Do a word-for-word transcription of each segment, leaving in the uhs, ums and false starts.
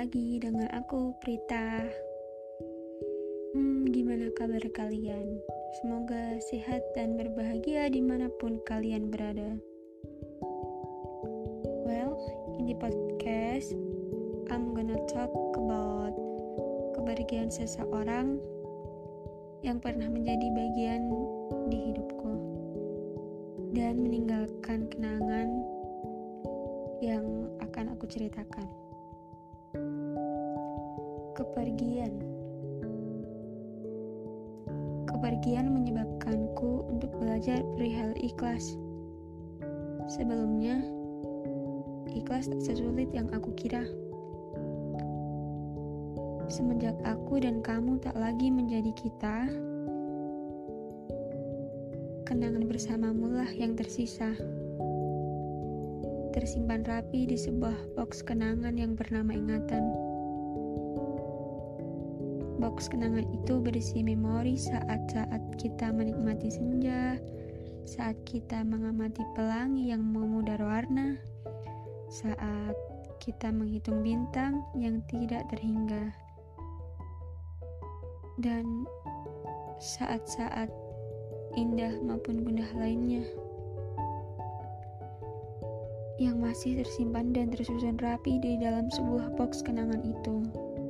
lagi dengan aku, Prita. Hmm, gimana kabar kalian? Semoga sehat dan berbahagia dimanapun kalian berada. Well, in the podcast, I'm gonna talk about kebahagiaan seseorang yang pernah menjadi bagian di hidupku dan meninggalkan kenangan yang akan aku ceritakan. Kepergian Kepergian menyebabkanku untuk belajar perihal ikhlas. Sebelumnya, ikhlas tak sesulit yang aku kira. Semenjak aku dan kamu tak lagi menjadi kita, kenangan bersamamu lah yang tersisa, tersimpan rapi di sebuah box kenangan yang bernama ingatan. Box kenangan itu berisi memori saat-saat kita menikmati senja, saat kita mengamati pelangi yang memudar warna, saat kita menghitung bintang yang tidak terhingga, dan saat-saat indah maupun gundah lainnya yang masih tersimpan dan tersusun rapi di dalam sebuah box kenangan itu.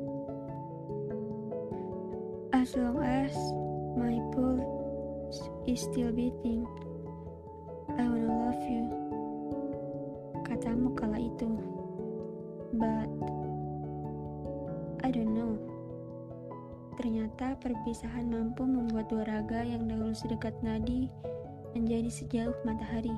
As long as my pulse is still beating, I wanna love you, katamu kala itu. But I don't know, ternyata perpisahan mampu membuat dua raga yang dahulu sedekat nadi menjadi sejauh matahari.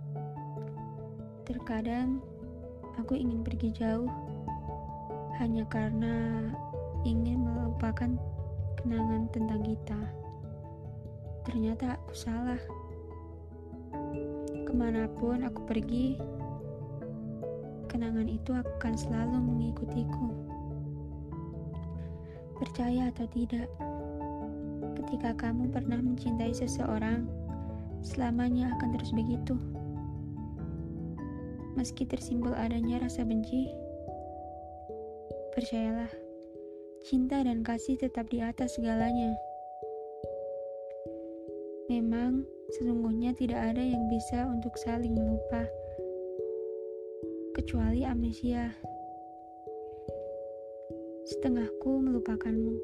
Terkadang aku ingin pergi jauh hanya karena ingin melupakan kenangan tentang kita. Ternyata aku salah. Kemanapun aku pergi, kenangan itu akan selalu mengikutiku. Percaya atau tidak, ketika kamu pernah mencintai seseorang, selamanya akan terus begitu. Meski tersimbol adanya rasa benci, percayalah, cinta dan kasih tetap di atas segalanya. Memang, sesungguhnya tidak ada yang bisa untuk saling melupa, kecuali amnesia. Setengahku melupakanmu.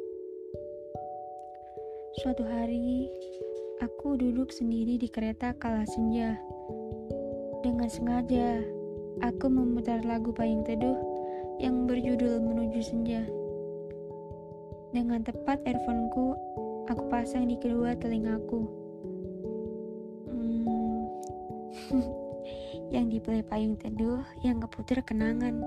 Suatu hari, aku duduk sendiri di kereta kala senja. Dengan sengaja, aku memutar lagu Payung Teduh yang berjudul Menuju Senja. Dengan tepat earphone-ku, aku pasang di kedua telingaku. Hmm, yang di-play Payung Teduh yang keputar kenangan.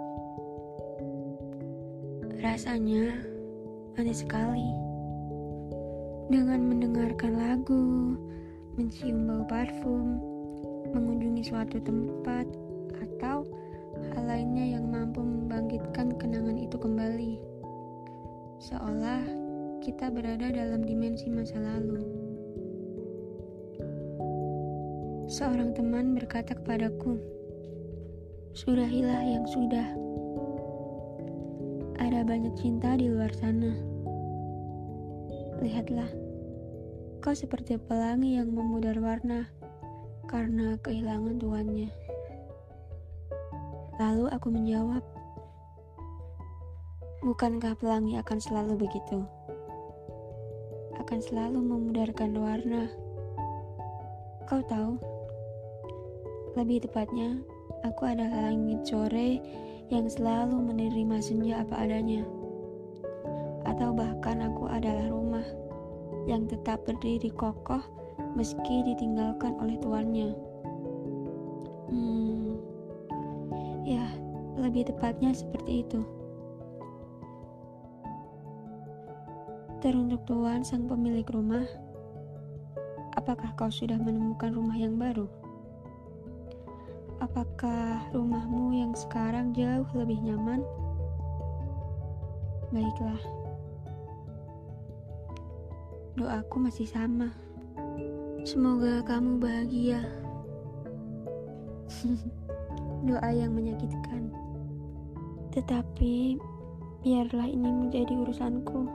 Rasanya manis sekali. Dengan mendengarkan lagu, mencium bau parfum, mengunjungi suatu tempat, atau hal lainnya yang mampu membangkitkan kenangan itu kembali. Seolah kita berada dalam dimensi masa lalu. Seorang teman berkata kepadaku, "Sudahilah yang sudah. Ada banyak cinta di luar sana. Lihatlah, kau seperti pelangi yang memudar warna karena kehilangan tuannya." Lalu aku menjawab, "Bukankah pelangi akan selalu begitu? Akan selalu memudarkan warna. Kau tahu, lebih tepatnya, aku adalah langit sore yang selalu menerima senja apa adanya. Atau bahkan aku adalah rumah yang tetap berdiri kokoh meski ditinggalkan oleh tuannya. Hmm, ya, lebih tepatnya seperti itu. Teruntuk tuan sang pemilik rumah, apakah kau sudah menemukan rumah yang baru? Apakah rumahmu yang sekarang jauh lebih nyaman? Baiklah. Doaku masih sama. Semoga kamu bahagia." Doa yang menyakitkan. Tetapi biarlah ini menjadi urusanku.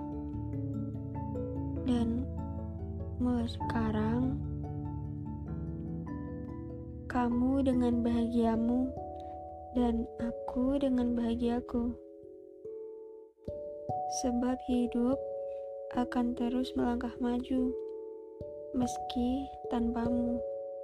Dan mulai sekarang, kamu dengan bahagiamu dan aku dengan bahagiaku. Sebab hidup akan terus melangkah maju meski tanpamu.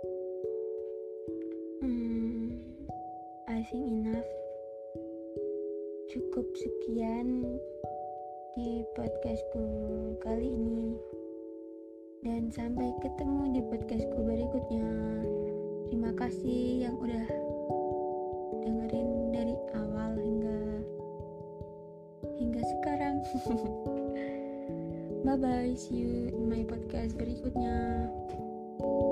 Hmm, I think enough. Cukup sekian di podcastku kali ini. Dan sampai ketemu di podcastku berikutnya. Terima kasih yang udah dengerin dari awal hingga hingga sekarang. Bye bye, see you in my podcast berikutnya.